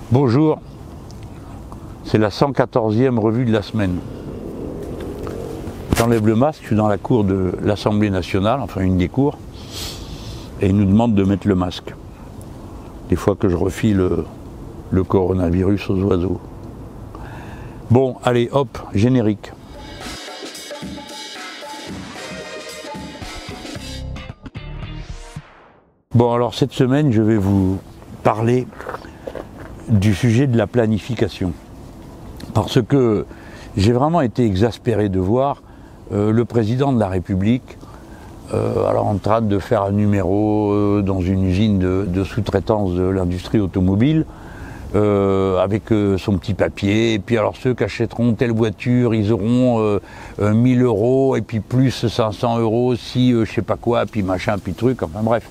Bonjour, c'est la 114e revue de la semaine. J'enlève le masque, je suis dans la cour de l'Assemblée nationale, enfin une des cours, et ils nous demandent de mettre le masque. Des fois que je refile le coronavirus aux oiseaux. Bon, allez, hop, générique. Bon, alors cette semaine, je vais vous parler du sujet de la planification. Parce que j'ai vraiment été exaspéré de voir le président de la République en train de faire un numéro dans une usine de sous-traitance de l'industrie automobile avec son petit papier. Et puis alors ceux qui achèteront telle voiture, ils auront 1000 € et puis plus 500 € si je sais pas quoi, puis machin, puis truc, enfin bref.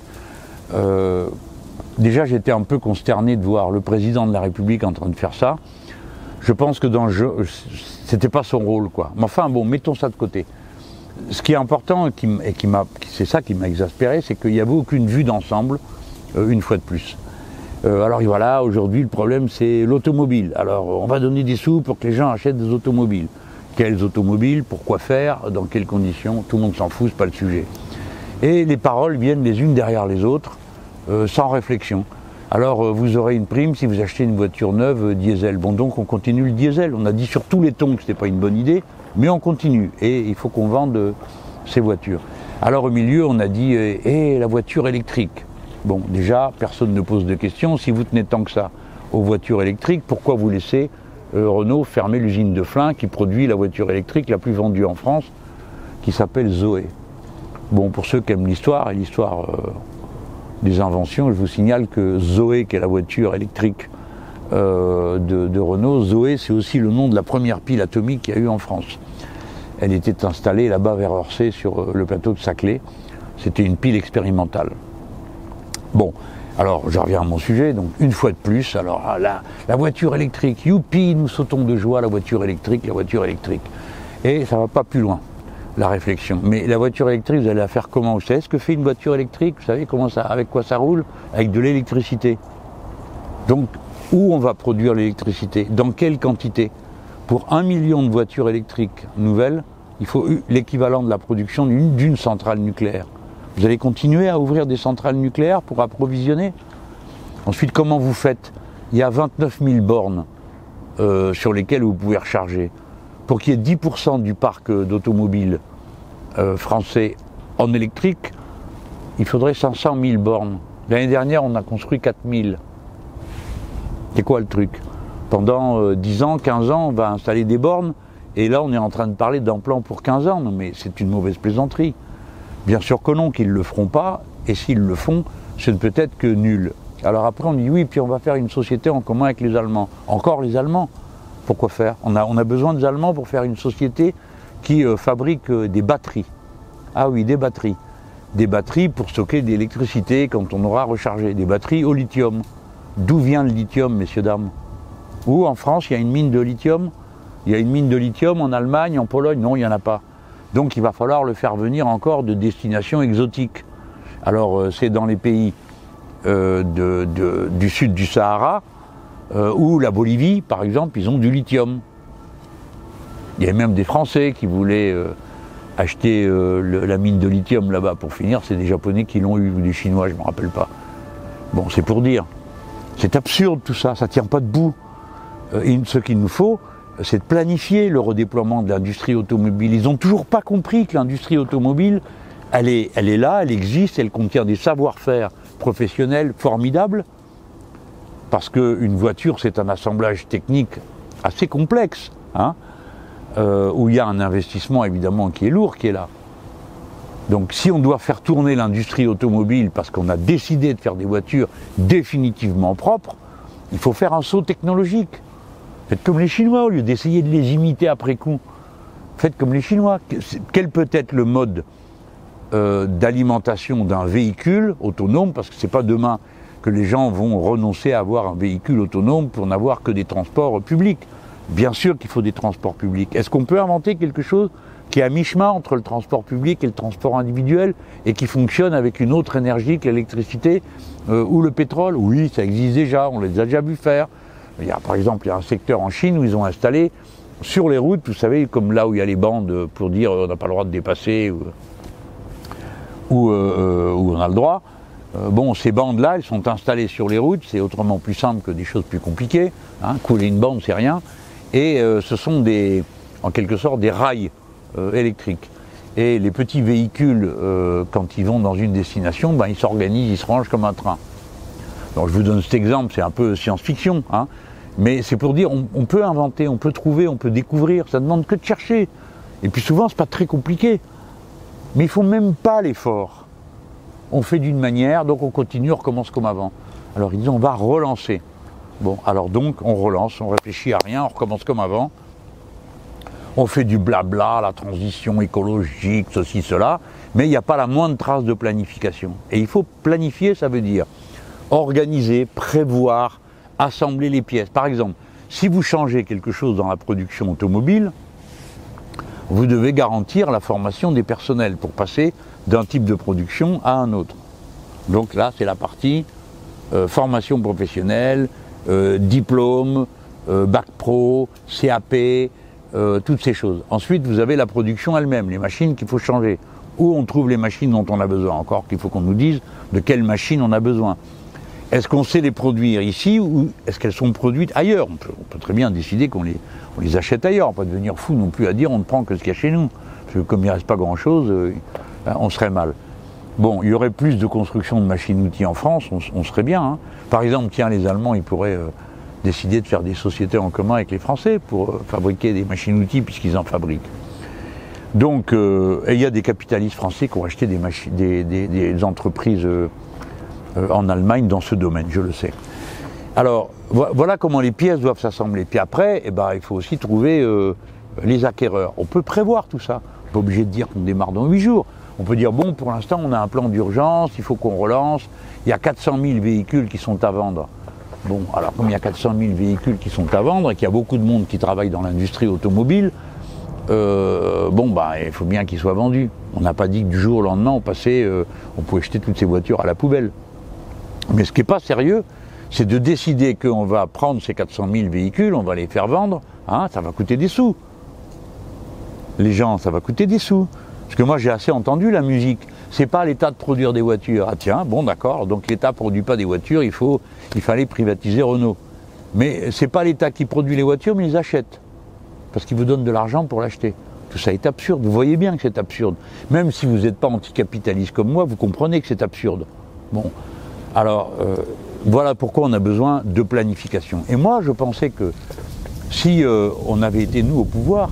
Déjà, j'étais un peu consterné de voir le président de la République en train de faire ça. Je pense que dans le jeu, c'était pas son rôle, quoi. Mais enfin, bon, mettons ça de côté. Ce qui est important, c'est ça qui m'a exaspéré, c'est qu'il n'y avait aucune vue d'ensemble, une fois de plus. Alors voilà, aujourd'hui, le problème, c'est l'automobile. Alors, on va donner des sous pour que les gens achètent des automobiles. Quelles automobiles, pourquoi faire, dans quelles conditions, tout le monde s'en fout, c'est pas le sujet. Et les paroles viennent les unes derrière les autres, sans réflexion. Alors vous aurez une prime si vous achetez une voiture neuve diesel. Bon, donc on continue le diesel. On a dit sur tous les tons que ce n'était pas une bonne idée, mais on continue. Et il faut qu'on vende ces voitures. Alors au milieu, on a dit la voiture électrique. Bon, déjà, personne ne pose de questions. Si vous tenez tant que ça aux voitures électriques, pourquoi vous laissez Renault fermer l'usine de Flins qui produit la voiture électrique la plus vendue en France, qui s'appelle Zoé? Bon, pour ceux qui aiment l'histoire, et l'histoire des inventions, je vous signale que Zoé, qui est la voiture électrique de Renault, Zoé, c'est aussi le nom de la première pile atomique qu'il y a eu en France. Elle était installée là-bas vers Orsay, sur le plateau de Saclay. C'était une pile expérimentale. Bon, alors je reviens à mon sujet, donc une fois de plus, alors la voiture électrique, youpi, nous sautons de joie, la voiture électrique. Et ça ne va pas plus loin, la réflexion. Mais la voiture électrique, vous allez la faire comment? Vous savez ce que fait une voiture électrique? Vous savez avec quoi ça roule? Avec de l'électricité. Donc, où on va produire l'électricité? Dans quelle quantité? Pour 1 million de voitures électriques nouvelles, il faut l'équivalent de la production d'une centrale nucléaire. Vous allez continuer à ouvrir des centrales nucléaires pour approvisionner? Ensuite, comment vous faites? Il y a 29 000 bornes sur lesquelles vous pouvez recharger. Pour qu'il y ait 10% du parc d'automobiles français en électrique, il faudrait 500 000 bornes. L'année dernière, on a construit 4 000. C'est quoi le truc? Pendant 10 ans, 15 ans, on va installer des bornes, et là, on est en train de parler d'un plan pour 15 ans. Non, mais c'est une mauvaise plaisanterie. Bien sûr que non, qu'ils ne le feront pas, et s'ils le font, ce ne peut être que nul. Alors après, on dit oui, puis on va faire une société en commun avec les Allemands. Encore les Allemands? Pourquoi faire? On a besoin des Allemands pour faire une société qui fabrique des batteries. Ah oui, des batteries. Des batteries pour stocker de l'électricité quand on aura rechargé. Des batteries au lithium. D'où vient le lithium, messieurs, dames? Où en France, il y a une mine de lithium? Il y a une mine de lithium en Allemagne, en Pologne? Non, il n'y en a pas. Donc il va falloir le faire venir encore de destinations exotiques. Alors c'est dans les pays du sud du Sahara, ou la Bolivie, par exemple, ils ont du lithium. Il y a même des Français qui voulaient acheter la mine de lithium là-bas. Pour finir, c'est des Japonais qui l'ont eu, ou des Chinois, je ne me rappelle pas. Bon, c'est pour dire. C'est absurde tout ça, ça ne tient pas debout. Et ce qu'il nous faut, c'est de planifier le redéploiement de l'industrie automobile. Ils n'ont toujours pas compris que l'industrie automobile, elle est là, elle existe, elle contient des savoir-faire professionnels formidables. Parce qu'une voiture, c'est un assemblage technique assez complexe, hein, où il y a un investissement évidemment qui est lourd, qui est là. Donc si on doit faire tourner l'industrie automobile parce qu'on a décidé de faire des voitures définitivement propres, il faut faire un saut technologique. Faites comme les Chinois, au lieu d'essayer de les imiter après coup. Faites comme les Chinois. Quel peut être le mode d'alimentation d'un véhicule autonome, parce que c'est pas demain que les gens vont renoncer à avoir un véhicule autonome pour n'avoir que des transports publics. Bien sûr qu'il faut des transports publics. Est-ce qu'on peut inventer quelque chose qui est à mi-chemin entre le transport public et le transport individuel et qui fonctionne avec une autre énergie que l'électricité ou le pétrole? Oui, ça existe déjà, on les a déjà vu faire. Par exemple, il y a un secteur en Chine où ils ont installé sur les routes, vous savez, comme là où il y a les bandes pour dire on n'a pas le droit de dépasser ou on a le droit. Bon, ces bandes-là, elles sont installées sur les routes, c'est autrement plus simple que des choses plus compliquées. Hein. Couler une bande, c'est rien. Et ce sont en quelque sorte des rails électriques. Et les petits véhicules, quand ils vont dans une destination, ben, ils s'organisent, ils se rangent comme un train. Donc je vous donne cet exemple, c'est un peu science-fiction, hein, mais c'est pour dire on peut inventer, on peut trouver, on peut découvrir, ça ne demande que de chercher. Et puis souvent, c'est pas très compliqué. Mais il ne faut même pas l'effort. On fait d'une manière, donc on continue, on recommence comme avant. Alors ils disent on va relancer. Bon, alors donc on relance, on réfléchit à rien, on recommence comme avant. On fait du blabla, la transition écologique, ceci, cela, mais il n'y a pas la moindre trace de planification. Et il faut planifier, ça veut dire organiser, prévoir, assembler les pièces. Par exemple, si vous changez quelque chose dans la production automobile, vous devez garantir la formation des personnels pour passer d'un type de production à un autre. Donc là, c'est la partie formation professionnelle, diplôme, bac pro, CAP, toutes ces choses. Ensuite, vous avez la production elle-même, les machines qu'il faut changer. Où on trouve les machines dont on a besoin, encore qu'il faut qu'on nous dise de quelles machines on a besoin. Est-ce qu'on sait les produire ici ou est-ce qu'elles sont produites ailleurs? On peut très bien décider qu'on les achète ailleurs, pas devenir fou non plus à dire on ne prend que ce qu'il y a chez nous. Parce que comme il ne reste pas grand-chose, on serait mal. Bon, il y aurait plus de construction de machines-outils en France, on serait bien. Hein. Par exemple, tiens, les Allemands, ils pourraient décider de faire des sociétés en commun avec les Français pour fabriquer des machines-outils puisqu'ils en fabriquent. Donc, il y a des capitalistes français qui ont acheté des entreprises en Allemagne dans ce domaine, je le sais. Alors, voilà comment les pièces doivent s'assembler. Puis après, il faut aussi trouver les acquéreurs. On peut prévoir tout ça. On n'est pas obligé de dire qu'on démarre dans 8 jours. On peut dire, bon, pour l'instant, on a un plan d'urgence, il faut qu'on relance. Il y a 400 000 véhicules qui sont à vendre. Bon, alors comme il y a 400 000 véhicules qui sont à vendre et qu'il y a beaucoup de monde qui travaille dans l'industrie automobile, il faut bien qu'ils soient vendus. On n'a pas dit que du jour au lendemain, on pouvait jeter toutes ces voitures à la poubelle. Mais ce qui n'est pas sérieux, c'est de décider qu'on va prendre ces 400 000 véhicules, on va les faire vendre, hein, ça va coûter des sous. Les gens, ça va coûter des sous. Parce que moi, j'ai assez entendu la musique. C'est pas l'État de produire des voitures. Ah tiens, bon d'accord, donc l'État ne produit pas des voitures, il fallait privatiser Renault. Mais c'est pas l'État qui produit les voitures, mais ils les achète. Parce qu'il vous donne de l'argent pour l'acheter. Tout ça est absurde, vous voyez bien que c'est absurde. Même si vous n'êtes pas anticapitaliste comme moi, vous comprenez que c'est absurde. Bon, alors, voilà pourquoi on a besoin de planification. Et moi, je pensais que si on avait été, nous, au pouvoir,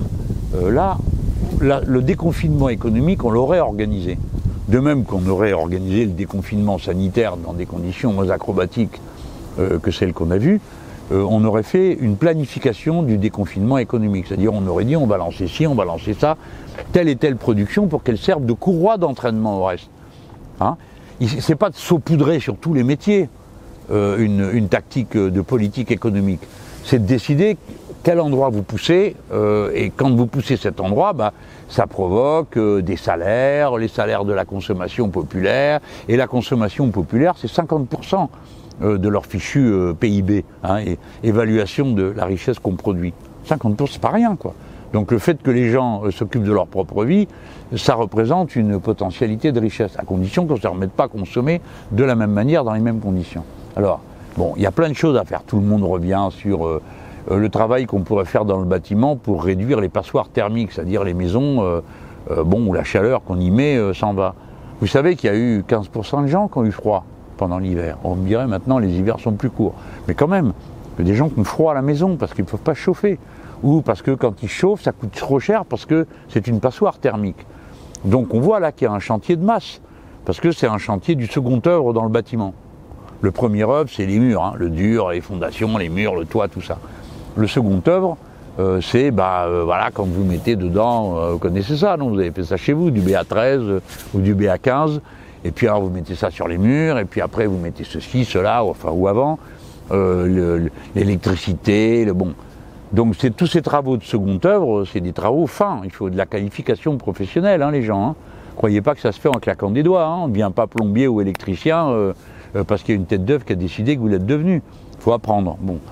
le déconfinement économique, on l'aurait organisé. De même qu'on aurait organisé le déconfinement sanitaire dans des conditions moins acrobatiques que celles qu'on a vues, on aurait fait une planification du déconfinement économique. C'est-à-dire on aurait dit on va lancer ci, on va lancer ça, telle et telle production pour qu'elle serve de courroie d'entraînement au reste. Hein, c'est pas de saupoudrer sur tous les métiers une tactique de politique économique. C'est de décider quel endroit vous poussez, et quand vous poussez cet endroit, ça provoque des salaires, les salaires de la consommation populaire, et la consommation populaire, c'est 50% de leur fichu PIB, hein, et évaluation de la richesse qu'on produit. 50%, c'est pas rien, quoi. Donc le fait que les gens s'occupent de leur propre vie, ça représente une potentialité de richesse, à condition qu'on ne se remette pas à consommer de la même manière, dans les mêmes conditions. Alors, bon, il y a plein de choses à faire. Tout le monde revient sur le travail qu'on pourrait faire dans le bâtiment pour réduire les passoires thermiques, c'est-à-dire les maisons où la chaleur qu'on y met s'en va. Vous savez qu'il y a eu 15% de gens qui ont eu froid pendant l'hiver. On me dirait maintenant les hivers sont plus courts. Mais quand même, il y a des gens qui ont froid à la maison parce qu'ils ne peuvent pas chauffer. Ou parce que quand ils chauffent, ça coûte trop cher parce que c'est une passoire thermique. Donc on voit là qu'il y a un chantier de masse, parce que c'est un chantier du second œuvre dans le bâtiment. Le premier œuvre, c'est les murs, hein, le dur, les fondations, les murs, le toit, tout ça. Le second œuvre, c'est quand vous mettez dedans, vous connaissez ça, non? Vous avez fait ça chez vous, du BA13 ou du BA15, et puis alors vous mettez ça sur les murs, et puis après vous mettez ceci, cela, ou avant, l'électricité, bon. Donc tous ces travaux de seconde œuvre, c'est des travaux fins, il faut de la qualification professionnelle, hein, les gens. Hein. Croyez pas que ça se fait en claquant des doigts, hein. On ne devient pas plombier ou électricien parce qu'il y a une tête d'œuvre qui a décidé que vous l'êtes devenu. Il faut apprendre. Bon.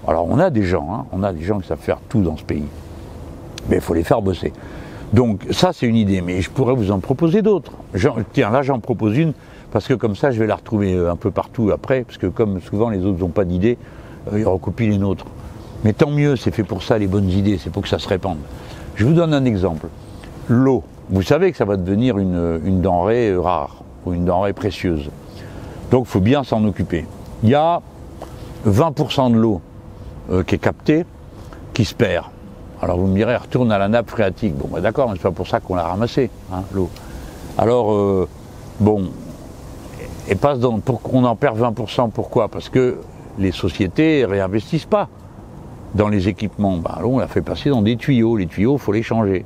Alors on a des gens qui savent faire tout dans ce pays, mais il faut les faire bosser. Donc ça c'est une idée, mais je pourrais vous en proposer d'autres. Tiens, là j'en propose une, parce que comme ça je vais la retrouver un peu partout après, parce que comme souvent les autres n'ont pas d'idées, ils recopient les nôtres. Mais tant mieux, c'est fait pour ça les bonnes idées, c'est pour que ça se répande. Je vous donne un exemple. L'eau, vous savez que ça va devenir une denrée rare, ou une denrée précieuse. Donc il faut bien s'en occuper. Il y a 20% de l'eau qui est captée, qui se perd. Alors vous me direz, retourne à la nappe phréatique. Bon, bah d'accord, mais c'est pas pour ça qu'on l'a ramassée, hein, l'eau. Alors, et passe on en perd 20%, pourquoi? Parce que les sociétés ne réinvestissent pas dans les équipements. Bah, l'eau, on la fait passer dans des tuyaux. Les tuyaux, il faut les changer.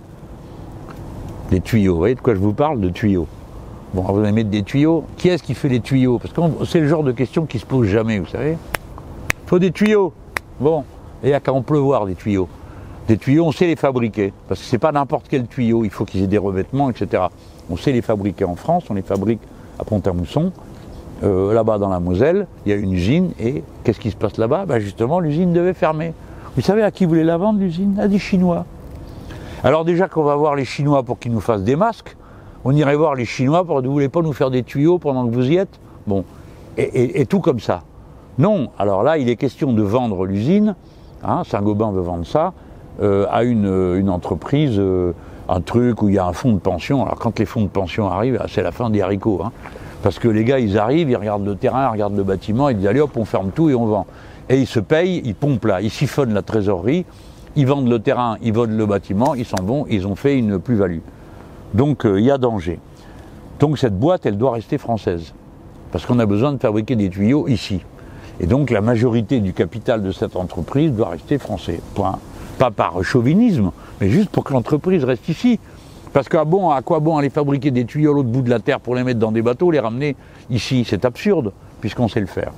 Des tuyaux, vous voyez de quoi je vous parle? De tuyaux. Bon, vous allez mettre des tuyaux. Qui est-ce qui fait les tuyaux? Parce que c'est le genre de question qui se pose jamais, vous savez. Il faut des tuyaux. Bon, et il n'y a qu'à en pleuvoir des tuyaux. Des tuyaux, on sait les fabriquer. Parce que c'est pas n'importe quel tuyau, il faut qu'ils aient des revêtements, etc. On sait les fabriquer en France, on les fabrique à Pont-à-Mousson. Là-bas dans la Moselle, il y a une usine, et qu'est-ce qui se passe là-bas? Ben justement, l'usine devait fermer. Vous savez à qui voulait la vendre, l'usine? À des Chinois. Alors déjà qu'on va voir les Chinois pour qu'ils nous fassent des masques, on irait voir les Chinois pour dire, vous voulez pas nous faire des tuyaux pendant que vous y êtes? Bon, et tout comme ça. Non, alors là, il est question de vendre l'usine, hein, Saint-Gobain veut vendre ça, à une entreprise, un truc où il y a un fonds de pension. Alors quand les fonds de pension arrivent, c'est la fin des haricots, hein, parce que les gars, ils arrivent, ils regardent le terrain, ils regardent le bâtiment, ils disent, allez hop, on ferme tout et on vend. Et ils se payent, ils pompent là, ils siphonnent la trésorerie, ils vendent le terrain, ils vendent le bâtiment, ils s'en vont, ils ont fait une plus-value. Donc il y a danger. Donc cette boîte, elle doit rester française, parce qu'on a besoin de fabriquer des tuyaux ici. Et donc la majorité du capital de cette entreprise doit rester français. Point. Pas par chauvinisme, mais juste pour que l'entreprise reste ici. Parce qu'à quoi bon aller fabriquer des tuyaux à l'autre bout de la terre pour les mettre dans des bateaux, les ramener ici? C'est absurde, puisqu'on sait le faire.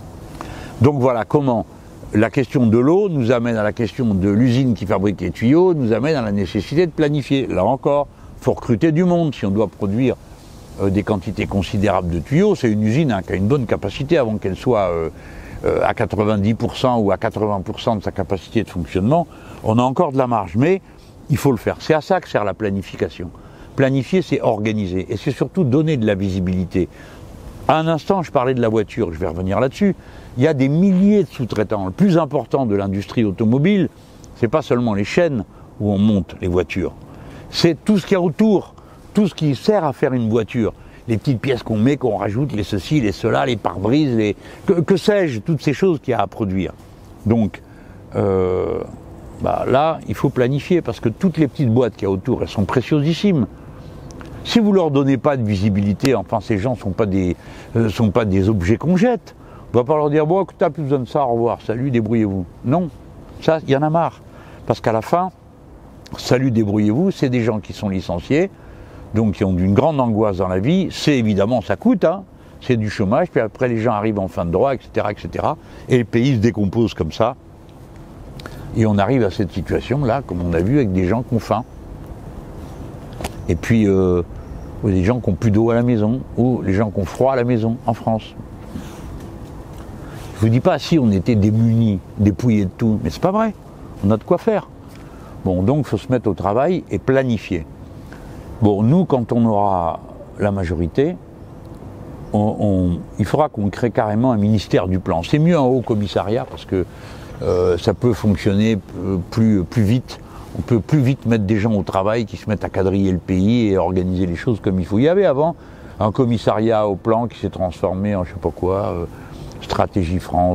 Donc voilà comment la question de l'eau nous amène à la question de l'usine qui fabrique les tuyaux, nous amène à la nécessité de planifier. Là encore, il faut recruter du monde. Si on doit produire des quantités considérables de tuyaux, c'est une usine qui a une bonne capacité avant qu'elle soit à 90% ou à 80% de sa capacité de fonctionnement. On a encore de la marge, mais il faut le faire. C'est à ça que sert la planification. Planifier, c'est organiser, et c'est surtout donner de la visibilité. À un instant, je parlais de la voiture, je vais revenir là-dessus. Il y a des milliers de sous-traitants. Le plus important de l'industrie automobile, c'est pas seulement les chaînes où on monte les voitures, c'est tout ce qu'il y a autour, tout ce qui sert à faire une voiture. Les petites pièces qu'on met, qu'on rajoute, les ceci, les cela, les pare-brises, que sais-je, toutes ces choses qu'il y a à produire. Donc, là, il faut planifier, parce que toutes les petites boîtes qu'il y a autour, elles sont précieusissimes. Si vous ne leur donnez pas de visibilité, enfin ces gens ne sont pas des objets qu'on jette. On ne va pas leur dire, bon, tu n'as plus besoin de ça, au revoir, salut, débrouillez-vous. Non, ça, il y en a marre. Parce qu'à la fin, salut, débrouillez-vous, c'est des gens qui sont licenciés, donc qui ont une grande angoisse dans la vie. C'est évidemment, ça coûte, hein, c'est du chômage, puis après les gens arrivent en fin de droit, etc., etc. Et le pays se décompose comme ça. Et on arrive à cette situation-là, comme on a vu, avec des gens qui ont faim. Et puis, des gens qui n'ont plus d'eau à la maison, ou les gens qui ont froid à la maison, en France. Je ne vous dis pas si on était démunis, dépouillés de tout, mais c'est pas vrai. On a de quoi faire. Bon, donc il faut se mettre au travail et planifier. Bon, nous, quand on aura la majorité, il faudra qu'on crée carrément un ministère du plan. C'est mieux un haut commissariat, parce que ça peut fonctionner plus vite. On peut plus vite mettre des gens au travail qui se mettent à quadriller le pays et organiser les choses comme il faut. Il y avait avant un commissariat au plan qui s'est transformé en je sais pas quoi, Stratégie France.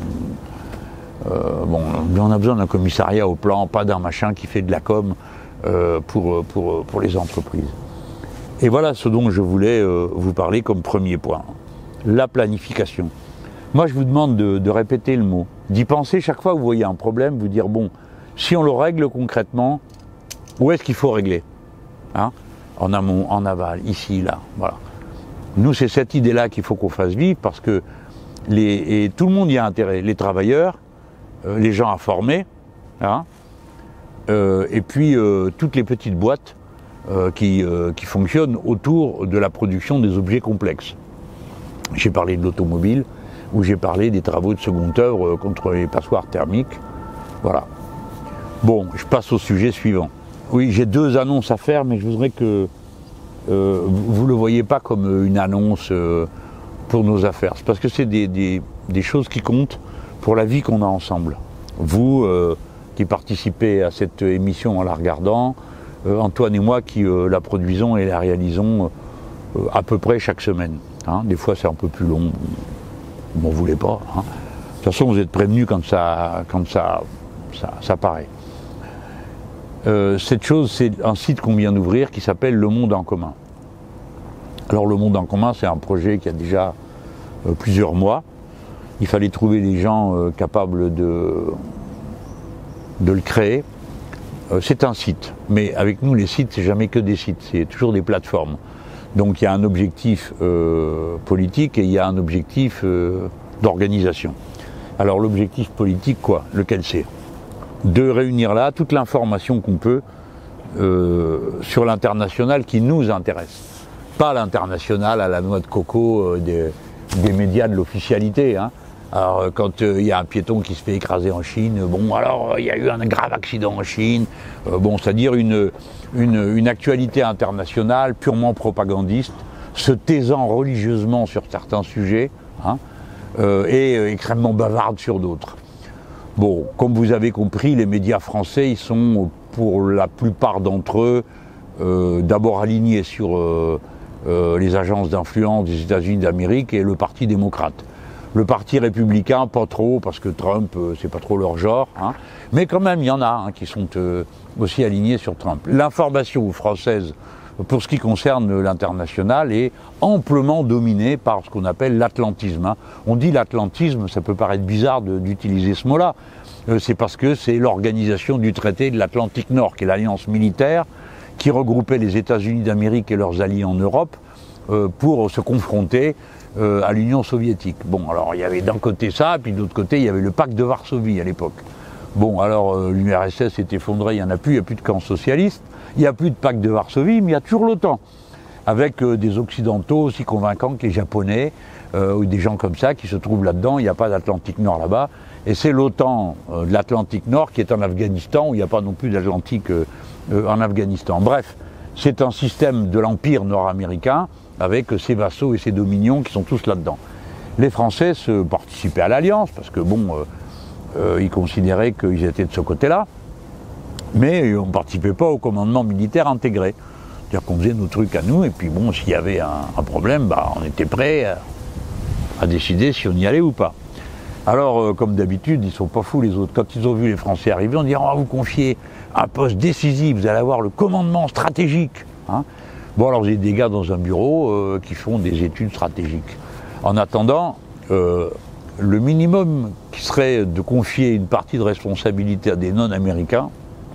On a besoin d'un commissariat au plan, pas d'un machin qui fait de la com pour les entreprises. Et voilà ce dont je voulais vous parler comme premier point. La planification. Moi je vous demande de répéter le mot, d'y penser chaque fois que vous voyez un problème, vous dire bon, si on le règle concrètement, où est-ce qu'il faut régler, hein? En amont, en aval, ici, là, voilà. Nous, c'est cette idée-là qu'il faut qu'on fasse vivre, parce que tout le monde y a intérêt, les travailleurs, les gens à former, hein, et puis toutes les petites boîtes qui fonctionnent autour de la production des objets complexes. J'ai parlé de l'automobile, où j'ai parlé des travaux de seconde œuvre contre les passoires thermiques. Voilà. Bon, je passe au sujet suivant. Oui, j'ai 2 annonces à faire, mais je voudrais que vous ne le voyez pas comme une annonce pour nos affaires. C'est parce que c'est des choses qui comptent pour la vie qu'on a ensemble. Vous qui participez à cette émission en la regardant, Antoine et moi qui la produisons et la réalisons à peu près chaque semaine. Hein. Des fois c'est un peu plus long, vous m'en voulez pas. Hein. De toute façon vous êtes prévenus quand ça paraît. Cette chose, c'est un site qu'on vient d'ouvrir qui s'appelle Le Monde en commun. Alors Le Monde en commun, c'est un projet qui a déjà plusieurs mois. Il fallait trouver des gens capables de le créer. C'est un site, mais avec nous les sites, c'est jamais que des sites, c'est toujours des plateformes. Donc il y a un objectif politique et il y a un objectif d'organisation. Alors l'objectif politique, quoi? Lequel c'est? De réunir là toute l'information qu'on peut sur l'international qui nous intéresse. Pas l'international à la noix de coco des médias de l'officialité. Hein. Alors quand il y a un piéton qui se fait écraser en Chine, bon alors il y a eu un grave accident en Chine, bon c'est-à-dire une actualité internationale purement propagandiste, se taisant religieusement sur certains sujets, hein, et extrêmement bavarde sur d'autres. Bon, comme vous avez compris, les médias français, ils sont pour la plupart d'entre eux d'abord alignés sur les agences d'influence des États-Unis d'Amérique et le Parti démocrate. Le Parti républicain, pas trop, parce que Trump, c'est pas trop leur genre, hein. Mais quand même, il y en a hein, qui sont aussi alignés sur Trump. L'information française, pour ce qui concerne l'international, est amplement dominée par ce qu'on appelle l'atlantisme. Hein. On dit l'atlantisme, ça peut paraître bizarre d'utiliser ce mot-là. C'est parce que c'est l'organisation du traité de l'Atlantique Nord, qui est l'alliance militaire qui regroupait les États-Unis d'Amérique et leurs alliés en Europe pour se confronter à l'Union soviétique. Bon, alors il y avait d'un côté ça, puis de l'autre côté il y avait le pacte de Varsovie à l'époque. Bon, alors l'URSS s'est effondrée, il n'y en a plus, il n'y a plus de camp socialiste, il n'y a plus de pacte de Varsovie, mais il y a toujours l'OTAN, avec des Occidentaux aussi convaincants que les Japonais, ou des gens comme ça qui se trouvent là-dedans, il n'y a pas d'Atlantique Nord là-bas, et c'est l'OTAN de l'Atlantique Nord qui est en Afghanistan, où il n'y a pas non plus d'Atlantique en Afghanistan. Bref, c'est un système de l'Empire nord-américain, avec ses vassaux et ses dominions qui sont tous là-dedans. Les Français participaient à l'Alliance, parce que bon, ils considéraient qu'ils étaient de ce côté-là, mais on ne participait pas au commandement militaire intégré. C'est-à-dire qu'on faisait nos trucs à nous, et puis bon, s'il y avait un problème, bah, on était prêt à décider si on y allait ou pas. Alors, comme d'habitude, ils ne sont pas fous les autres. Quand ils ont vu les Français arriver, on dit « On va vous confier un poste décisif, vous allez avoir le commandement stratégique. Hein ». Bon, alors j'ai des gars dans un bureau qui font des études stratégiques. En attendant, le minimum qui serait de confier une partie de responsabilité à des non-américains,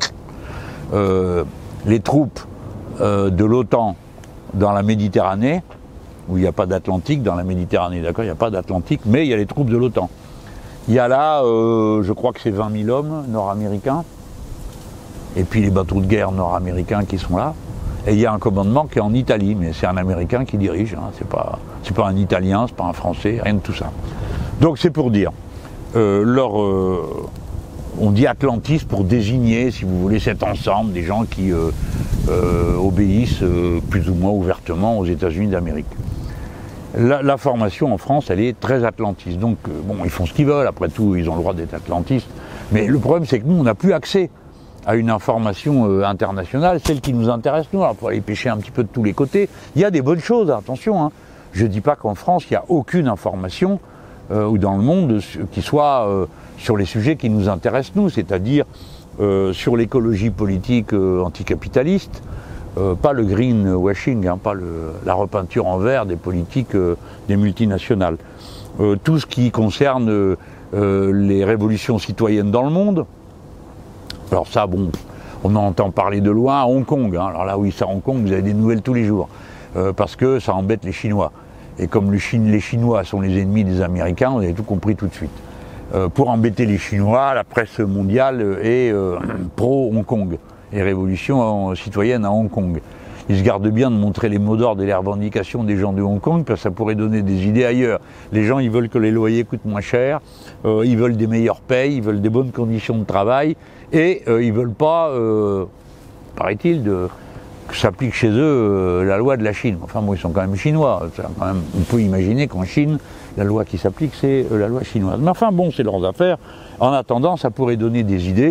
les troupes de l'OTAN dans la Méditerranée, où il n'y a pas d'Atlantique, dans la Méditerranée, d'accord, il n'y a pas d'Atlantique, mais il y a les troupes de l'OTAN. Il y a là, je crois que c'est 20 000 hommes nord-américains, et puis les bateaux de guerre nord-américains qui sont là. Et il y a un commandement qui est en Italie, mais c'est un Américain qui dirige, hein, c'est pas un Italien, c'est pas un Français, rien de tout ça. Donc c'est pour dire, on dit Atlantis pour désigner, si vous voulez, cet ensemble des gens qui obéissent plus ou moins ouvertement aux États-Unis d'Amérique. La formation en France, elle est très atlantiste, donc bon, ils font ce qu'ils veulent, après tout, ils ont le droit d'être atlantistes, mais le problème c'est que nous, on n'a plus accès à une information internationale, celle qui nous intéresse nous. Alors, il faut aller pêcher un petit peu de tous les côtés. Il y a des bonnes choses, attention. Hein. Je ne dis pas qu'en France, il n'y a aucune information, ou dans le monde, qui soit sur les sujets qui nous intéressent nous, c'est-à-dire sur l'écologie politique anticapitaliste, pas le greenwashing, hein, pas la repeinture en vert des politiques des multinationales. Tout ce qui concerne les révolutions citoyennes dans le monde. Alors ça, bon, on entend parler de loin à Hong Kong. Hein. Alors là, oui, ça, Hong Kong, vous avez des nouvelles tous les jours. Parce que ça embête les Chinois. Et comme les Chinois sont les ennemis des Américains, on avait tout compris tout de suite. Pour embêter les Chinois, la presse mondiale est pro-Hong Kong. Et révolution citoyenne à Hong Kong. ils se gardent bien de montrer les mots d'ordre et les revendications des gens de Hong Kong, parce que ça pourrait donner des idées ailleurs. Les gens, ils veulent que les loyers coûtent moins cher, ils veulent des meilleures payes, ils veulent des bonnes conditions de travail, et ils veulent pas, paraît-il, que s'applique chez eux la loi de la Chine. Enfin bon, ils sont quand même chinois. Quand même, on peut imaginer qu'en Chine, la loi qui s'applique, c'est la loi chinoise. Mais enfin bon, c'est leurs affaires. En attendant, ça pourrait donner des idées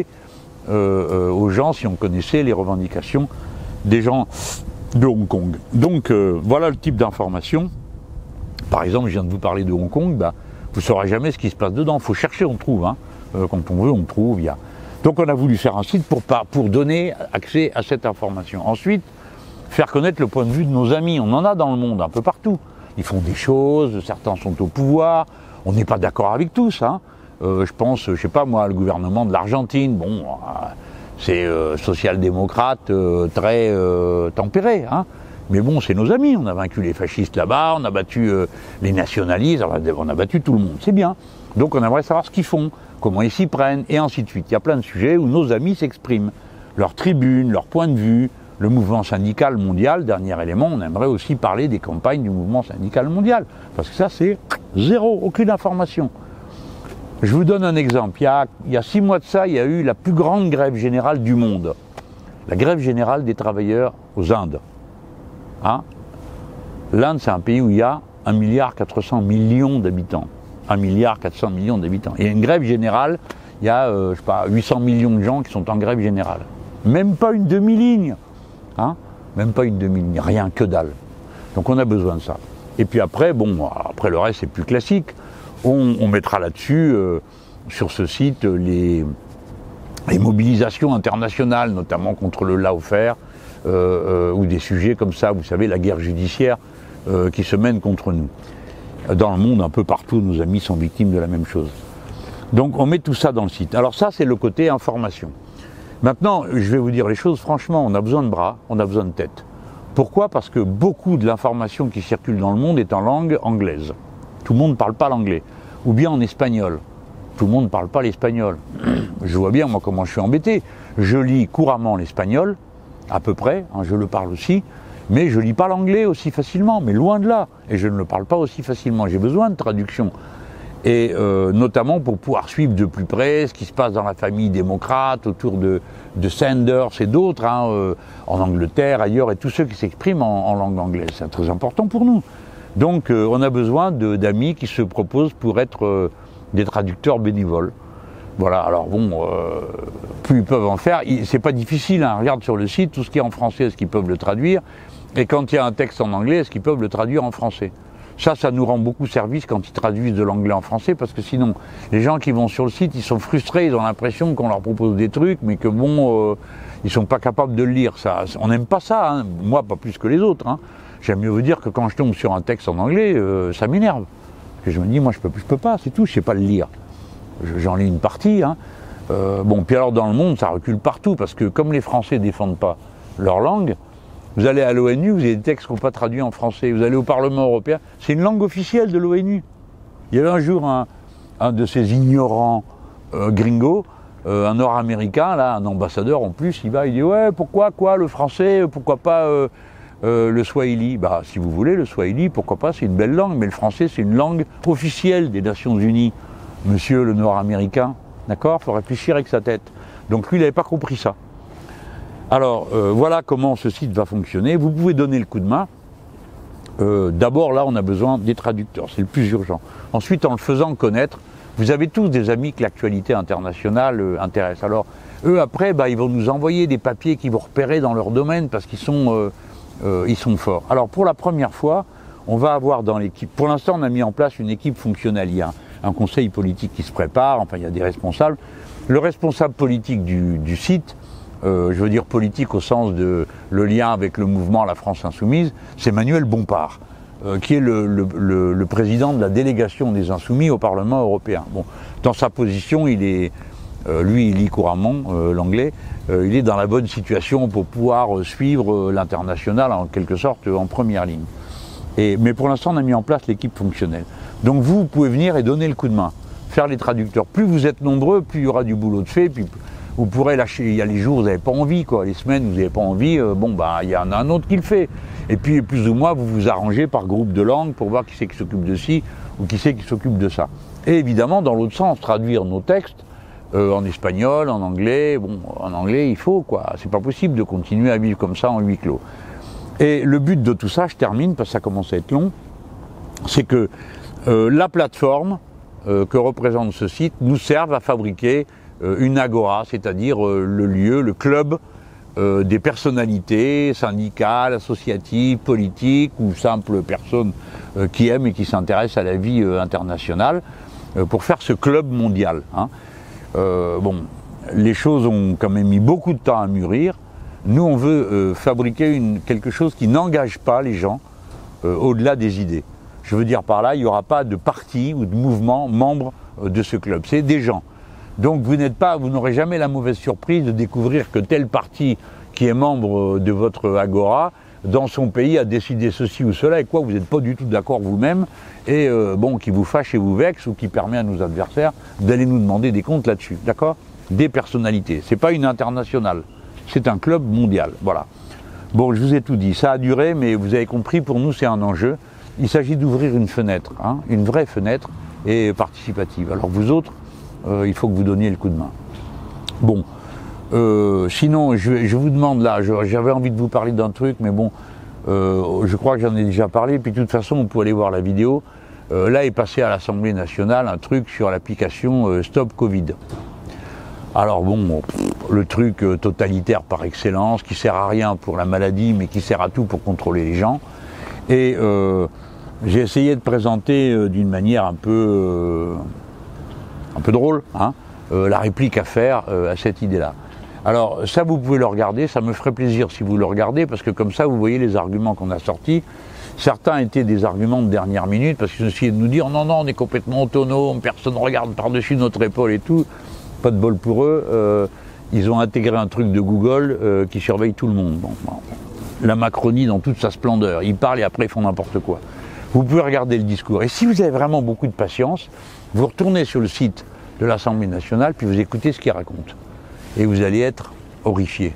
aux gens si on connaissait les revendications des gens de Hong Kong. Donc voilà le type d'information. Par exemple, je viens de vous parler de Hong Kong, vous ne saurez jamais ce qui se passe dedans. Il faut chercher, on trouve. Hein. Quand on veut, on trouve. Donc on a voulu faire un site pour donner accès à cette information. Ensuite, faire connaître le point de vue de nos amis. On en a dans le monde, un peu partout. Ils font des choses, certains sont au pouvoir. On n'est pas d'accord avec tous. Hein. Je pense, je sais pas moi, le gouvernement de l'Argentine, bon, c'est social-démocrate, très tempéré. Hein. Mais bon, c'est nos amis. On a vaincu les fascistes là-bas, on a battu les nationalistes, on a battu tout le monde. C'est bien. Donc on aimerait savoir ce qu'ils font, comment ils s'y prennent, et ainsi de suite. Il y a plein de sujets où nos amis s'expriment. Leur tribune, leur point de vue, le mouvement syndical mondial, dernier élément, on aimerait aussi parler des campagnes du mouvement syndical mondial. Parce que ça, c'est zéro, aucune information. Je vous donne un exemple. Il y a 6 mois de ça, il y a eu la plus grande grève générale du monde. La grève générale des travailleurs aux Indes. Hein? L'Inde, c'est un pays où il y a 1,4 milliard d'habitants. 1,4 milliard d'habitants. Il y a une grève générale, il y a, je sais pas, 800 millions de gens qui sont en grève générale. Même pas une demi-ligne. Hein? Même pas une demi-ligne, rien, que dalle. Donc on a besoin de ça. Et puis après, bon, après le reste c'est plus classique. On mettra là-dessus, sur ce site, les mobilisations internationales, notamment contre le lawfare, ou des sujets comme ça, vous savez, la guerre judiciaire qui se mène contre nous. Dans le monde, un peu partout, nos amis sont victimes de la même chose. Donc on met tout ça dans le site. Alors ça, c'est le côté information. Maintenant, je vais vous dire les choses, franchement, on a besoin de bras, on a besoin de tête. Pourquoi ? Parce que beaucoup de l'information qui circule dans le monde est en langue anglaise. Tout le monde ne parle pas l'anglais. Ou bien en espagnol. Tout le monde ne parle pas l'espagnol. Je vois bien, moi, comment je suis embêté. Je lis couramment l'espagnol, à peu près, hein, je le parle aussi, mais je ne lis pas l'anglais aussi facilement, mais loin de là. Et je ne le parle pas aussi facilement. J'ai besoin de traduction. Et notamment pour pouvoir suivre de plus près ce qui se passe dans la famille démocrate, autour de Sanders et d'autres, hein, en Angleterre, ailleurs, et tous ceux qui s'expriment en langue anglaise. C'est très important pour nous. Donc on a besoin d'amis qui se proposent pour être des traducteurs bénévoles. Voilà, alors bon, plus ils peuvent en faire, c'est pas difficile, hein. Regarde sur le site, tout ce qui est en français, est-ce qu'ils peuvent le traduire? Et quand il y a un texte en anglais, est-ce qu'ils peuvent le traduire en français? Ça nous rend beaucoup service quand ils traduisent de l'anglais en français, parce que sinon, les gens qui vont sur le site, ils sont frustrés, ils ont l'impression qu'on leur propose des trucs, mais que bon, ils sont pas capables de le lire. Ça, on n'aime pas ça, hein. Moi pas plus que les autres. Hein. J'aime mieux vous dire que quand je tombe sur un texte en anglais, ça m'énerve. Et je me dis, moi je peux pas, c'est tout, je sais pas le lire. J'en lis une partie. Hein. Bon, puis alors dans le monde, ça recule partout, parce que comme les Français défendent pas leur langue, vous allez à l'ONU, vous avez des textes qu'on pas traduits en français. Vous allez au Parlement européen, c'est une langue officielle de l'ONU. Il y avait un jour un de ces ignorants gringos, un Nord-Américain, là, un ambassadeur en plus, il dit ouais, pourquoi quoi, le français, pourquoi pas le swahili? Bah, si vous voulez, le swahili, pourquoi pas, c'est une belle langue, mais le français, c'est une langue officielle des Nations Unies. Monsieur le Nord-Américain, d'accord? Il faut réfléchir avec sa tête. Donc lui, il n'avait pas compris ça. Alors, voilà comment ce site va fonctionner. Vous pouvez donner le coup de main. D'abord, là, on a besoin des traducteurs, c'est le plus urgent. Ensuite, en le faisant connaître, vous avez tous des amis que l'actualité internationale intéresse. Alors, eux, après, ils vont nous envoyer des papiers qu'ils vont repérer dans leur domaine parce qu'ils sont forts. Alors, pour la première fois, on va avoir dans l'équipe... Pour l'instant, on a mis en place une équipe fonctionnelle. Il y a un conseil politique qui se prépare, enfin, il y a des responsables. Le responsable politique du site... je veux dire politique au sens de le lien avec le mouvement La France Insoumise, c'est Manuel Bompard, qui est le président de la délégation des Insoumis au Parlement européen. Bon, dans sa position, lui il lit couramment l'anglais, il est dans la bonne situation pour pouvoir suivre l'international en quelque sorte en première ligne. Mais pour l'instant, on a mis en place l'équipe fonctionnelle. Donc vous pouvez venir et donner le coup de main, faire les traducteurs. Plus vous êtes nombreux, plus il y aura du boulot de fait, puis vous pourrez lâcher, il y a les jours où vous n'avez pas envie, quoi, les semaines où vous n'avez pas envie, il y en a un autre qui le fait. Et puis plus ou moins vous vous arrangez par groupe de langue pour voir qui c'est qui s'occupe de ci ou qui c'est qui s'occupe de ça. Et évidemment dans l'autre sens, traduire nos textes en espagnol, en anglais, en anglais il faut quoi, c'est pas possible de continuer à vivre comme ça en huis clos. Et le but de tout ça, je termine parce que ça commence à être long, c'est que la plateforme que représente ce site nous serve à fabriquer une agora, c'est-à-dire le lieu, le club des personnalités syndicales, associatives, politiques ou simples personnes qui aiment et qui s'intéressent à la vie internationale pour faire ce club mondial. Les choses ont quand même mis beaucoup de temps à mûrir. Nous, on veut fabriquer quelque chose qui n'engage pas les gens au-delà des idées. Je veux dire par là, il n'y aura pas de parti ou de mouvement membre de ce club. C'est des gens. Donc vous n'aurez jamais la mauvaise surprise de découvrir que tel parti qui est membre de votre agora, dans son pays, a décidé ceci ou cela, et quoi, vous n'êtes pas du tout d'accord vous-même, et qui vous fâche et vous vexe, ou qui permet à nos adversaires d'aller nous demander des comptes là-dessus, d'accord? Des personnalités. C'est pas une internationale, c'est un club mondial, voilà. Bon, je vous ai tout dit, ça a duré, mais vous avez compris, pour nous c'est un enjeu. Il s'agit d'ouvrir une fenêtre, une vraie fenêtre, et participative. Alors vous autres, il faut que vous donniez le coup de main. Bon, sinon, je vous demande là, j'avais envie de vous parler d'un truc, mais je crois que j'en ai déjà parlé, puis de toute façon, vous pouvez aller voir la vidéo. Là est passé à l'Assemblée nationale un truc sur l'application Stop Covid. Alors le truc totalitaire par excellence, qui sert à rien pour la maladie, mais qui sert à tout pour contrôler les gens. Et j'ai essayé de présenter d'une manière un peu drôle, la réplique à faire à cette idée-là. Alors ça, vous pouvez le regarder, ça me ferait plaisir si vous le regardez, parce que comme ça, vous voyez les arguments qu'on a sortis. Certains étaient des arguments de dernière minute, parce qu'ils ont essayé de nous dire « Non, on est complètement autonome, personne ne regarde par-dessus notre épaule et tout ». Pas de bol pour eux, ils ont intégré un truc de Google qui surveille tout le monde. La Macronie dans toute sa splendeur, ils parlent et après ils font n'importe quoi. Vous pouvez regarder le discours. Et si vous avez vraiment beaucoup de patience, vous retournez sur le site de l'Assemblée nationale, puis vous écoutez ce qu'ils racontent. Et vous allez être horrifiés.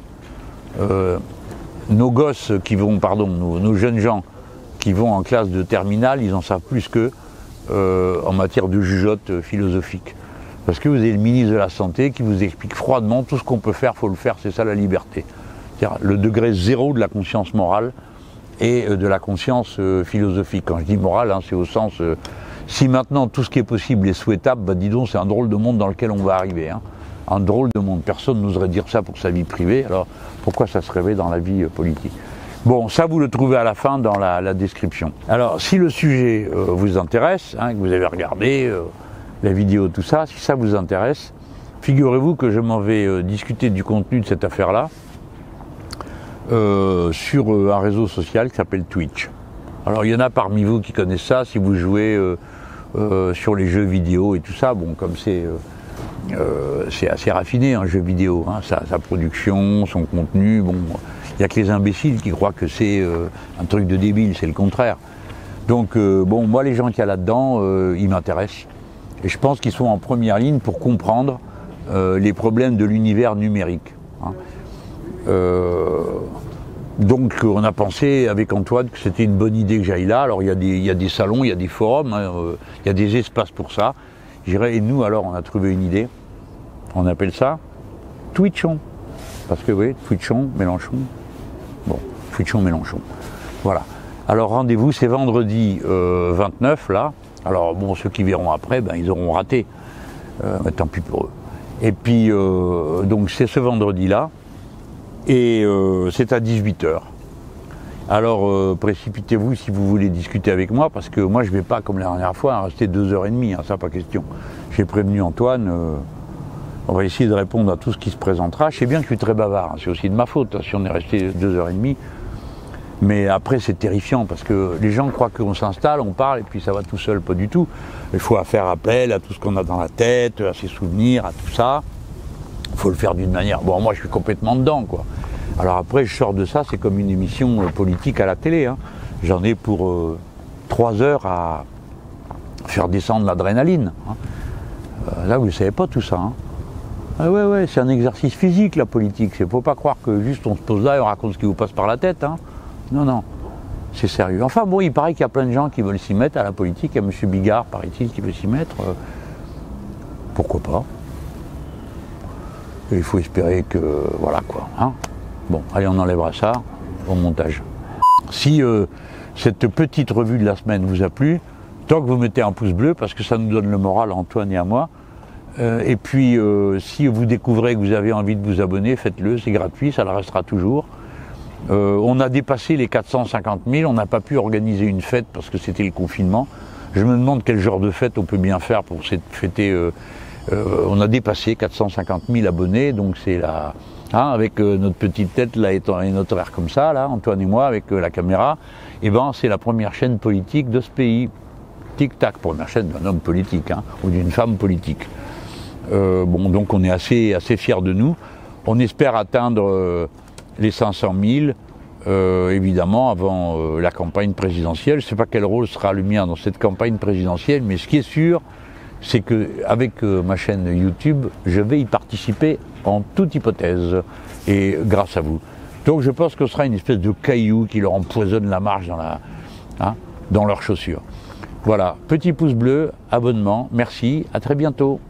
Nos gosses qui vont, nos jeunes gens qui vont en classe de terminale, ils en savent plus qu'eux en matière de jugeote philosophique. Parce que vous avez le ministre de la Santé qui vous explique froidement tout ce qu'on peut faire, il faut le faire, c'est ça la liberté. C'est-à-dire le degré zéro de la conscience morale et de la conscience philosophique. Quand je dis morale, c'est au sens, si maintenant tout ce qui est possible est souhaitable, dis donc c'est un drôle de monde dans lequel on va arriver. Un drôle de monde, personne n'oserait dire ça pour sa vie privée, alors pourquoi ça se rêvait dans la vie politique? Bon, ça vous le trouvez à la fin dans la description. Alors si le sujet vous intéresse, que vous avez regardé la vidéo, tout ça, si ça vous intéresse, figurez-vous que je m'en vais discuter du contenu de cette affaire-là sur un réseau social qui s'appelle Twitch. Alors il y en a parmi vous qui connaissent ça, si vous jouez sur les jeux vidéo et tout ça, comme c'est assez raffiné un jeu vidéo, sa production, son contenu, il n'y a que les imbéciles qui croient que c'est un truc de débile, c'est le contraire. Donc moi les gens qu'il y a là-dedans, ils m'intéressent. Et je pense qu'ils sont en première ligne pour comprendre les problèmes de l'univers numérique. Donc on a pensé avec Antoine que c'était une bonne idée que j'aille là. Alors il y a des salons, il y a des forums, il y a des espaces pour ça. Et nous alors on a trouvé une idée. On appelle ça Twitchon. Parce que oui, Twitchon, Mélenchon. Twitchon, Mélenchon. Voilà. Alors rendez-vous, c'est vendredi 29 là. Alors ceux qui verront après, ils auront raté. Tant pis pour eux. Et puis donc c'est ce vendredi-là. Et c'est à 18h. Alors précipitez-vous si vous voulez discuter avec moi, parce que moi je ne vais pas comme la dernière fois rester 2h30, ça pas question. J'ai prévenu Antoine, on va essayer de répondre à tout ce qui se présentera. Je sais bien que je suis très bavard, c'est aussi de ma faute si on est resté 2h30. Mais après c'est terrifiant parce que les gens croient qu'on s'installe, on parle et puis ça va tout seul, pas du tout. Il faut faire appel à tout ce qu'on a dans la tête, à ses souvenirs, à tout ça. Il faut le faire d'une manière... moi je suis complètement dedans, quoi. Alors après je sors de ça, c'est comme une émission politique à la télé. J'en ai pour 3 heures à faire descendre l'adrénaline. Là vous ne savez pas tout ça. Ah ouais, c'est un exercice physique la politique. Il ne faut pas croire que juste on se pose là et on raconte ce qui vous passe par la tête. Hein. Non, c'est sérieux. Enfin bon, il paraît qu'il y a plein de gens qui veulent s'y mettre à la politique. Il y a M. Bigard, paraît-il, qui veut s'y mettre. Pourquoi pas? Et il faut espérer que... Voilà quoi. Hein. Bon, allez, on enlèvera ça au montage. Si cette petite revue de la semaine vous a plu, tant que vous mettez un pouce bleu, parce que ça nous donne le moral à Antoine et à moi. Et puis, si vous découvrez que vous avez envie de vous abonner, faites-le, c'est gratuit, ça le restera toujours. On a dépassé les 450 000, on n'a pas pu organiser une fête parce que c'était le confinement. Je me demande quel genre de fête on peut bien faire pour fêter. On a dépassé 450 000 abonnés, donc c'est la... Hein, avec notre petite tête là et notre air comme ça, là, Antoine et moi, avec la caméra, et ben c'est la première chaîne politique de ce pays. Tic-tac, première chaîne d'un homme politique, hein, ou d'une femme politique. Bon, donc on est assez fiers de nous. On espère atteindre les 500 000, évidemment, avant la campagne présidentielle. Je ne sais pas quel rôle sera le mien dans cette campagne présidentielle, mais ce qui est sûr, c'est qu'avec ma chaîne YouTube, je vais y participer en toute hypothèse, et grâce à vous. Donc je pense que ce sera une espèce de caillou qui leur empoisonne la marche dans leurs chaussures. Voilà, petit pouce bleu, abonnement, merci, à très bientôt.